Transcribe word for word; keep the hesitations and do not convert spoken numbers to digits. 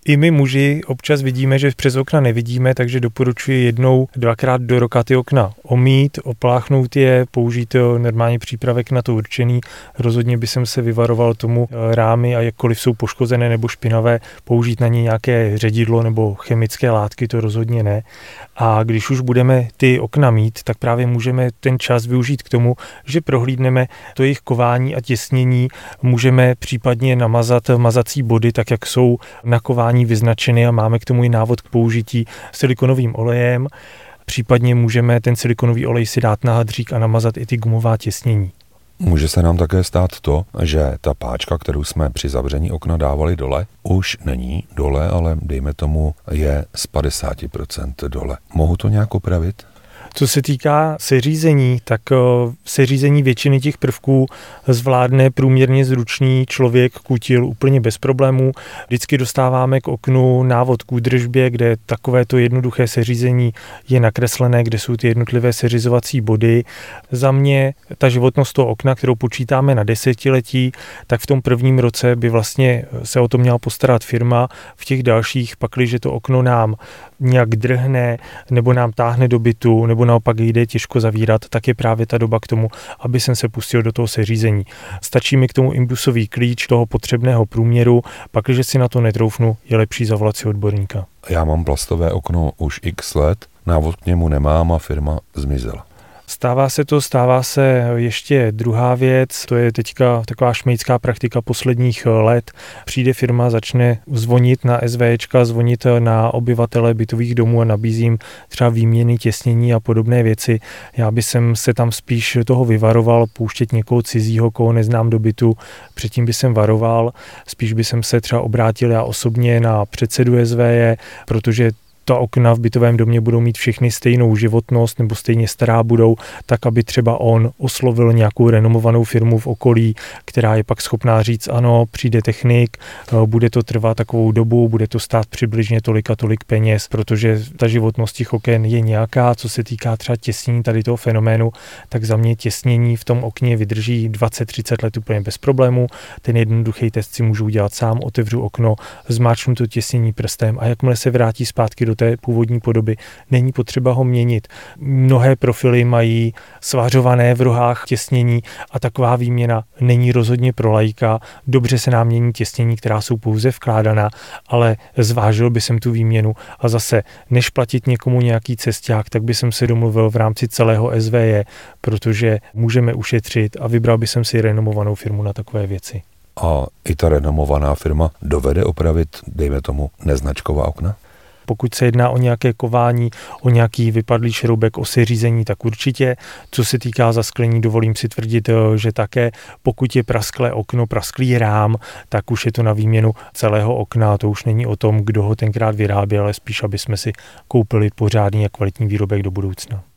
I my muži občas vidíme, že přes okna nevidíme, takže doporučuji jednou, dvakrát do roka ty okna omýt, opláchnout je, použít normální přípravek na to určený. Rozhodně by jsem se vyvaroval tomu rámy a jakkoliv jsou poškozené nebo špinavé, použít na ně nějaké ředidlo nebo chemické látky, to rozhodně ne. A když už budeme ty okna mít, tak právě můžeme ten čas využít k tomu, že prohlídneme to jejich kování a těsnění, můžeme případně namazat mazací body, tak jak jsou na kování vyznačeny a máme k tomu i návod k použití silikonovým olejem. Případně můžeme ten silikonový olej si dát na hadřík a namazat i ty gumová těsnění. Může se nám také stát to, že ta páčka, kterou jsme při zavření okna dávali dole, už není dole, ale dejme tomu je z padesát procent dole. Mohu to nějak opravit? Co se týká seřízení, tak seřízení většiny těch prvků zvládne průměrně zručný člověk, kutil úplně bez problémů. Vždycky dostáváme k oknu návod k údržbě, kde takovéto jednoduché seřízení je nakreslené, kde jsou ty jednotlivé seřizovací body. Za mě ta životnost toho okna, kterou počítáme na desetiletí, tak v tom prvním roce by vlastně se o to měla postarat firma. V těch dalších, pakliže to okno nám nějak drhne, nebo nám táhne do bytu, nebo naopak jde těžko zavírat, tak je právě ta doba k tomu, aby jsem se pustil do toho seřízení. Stačí mi k tomu imbusový klíč toho potřebného průměru, pakliže si na to netroufnu, je lepší zavolat si odborníka. Já mám plastové okno už x let, návod k němu nemám a firma zmizela. Stává se to, stává se ještě druhá věc, to je teďka taková šmejdská praktika posledních let. Přijde firma, začne zvonit na SVčka, zvonit na obyvatele bytových domů a nabízím třeba výměny těsnění a podobné věci. Já bych se tam spíš toho vyvaroval, pouštět někoho cizího, koho neznám do bytu, předtím bych jsem varoval, spíš bych se třeba obrátil já osobně na předsedu S V J, protože ta okna v bytovém domě budou mít všechny stejnou životnost nebo stejně stará budou, tak aby třeba on oslovil nějakou renomovanou firmu v okolí, která je pak schopná říct, ano, přijde technik, bude to trvat takovou dobu, bude to stát přibližně tolik a tolik peněz, protože ta životnost těch oken je nějaká, co se týká třeba těsnění tady toho fenoménu, tak za mě těsnění v tom okně vydrží dvacet třicet let úplně bez problému. Ten jednoduchý test si můžu udělat sám, otevřu okno, zmáčknu to těsnění prstem a jakmile se vrátí zpátky do té původní podoby, není potřeba ho měnit. Mnohé profily mají svařované v rohách těsnění a taková výměna není rozhodně pro laika. Dobře se nám mění těsnění, která jsou pouze vkládaná, ale zvážil by jsem tu výměnu a zase, než platit někomu nějaký cesták, tak by jsem se domluvil v rámci celého S V J, protože můžeme ušetřit a vybral by jsem si renomovanou firmu na takové věci. A i ta renomovaná firma dovede opravit, dejme tomu, neznačková okna? Pokud se jedná o nějaké kování, o nějaký vypadlý šroubek, o seřízení, tak určitě. Co se týká zasklení, dovolím si tvrdit, že také pokud je prasklé okno, prasklý rám, tak už je to na výměnu celého okna. To už není o tom, kdo ho tenkrát vyráběl, ale spíš, aby jsme si koupili pořádný a kvalitní výrobek do budoucna.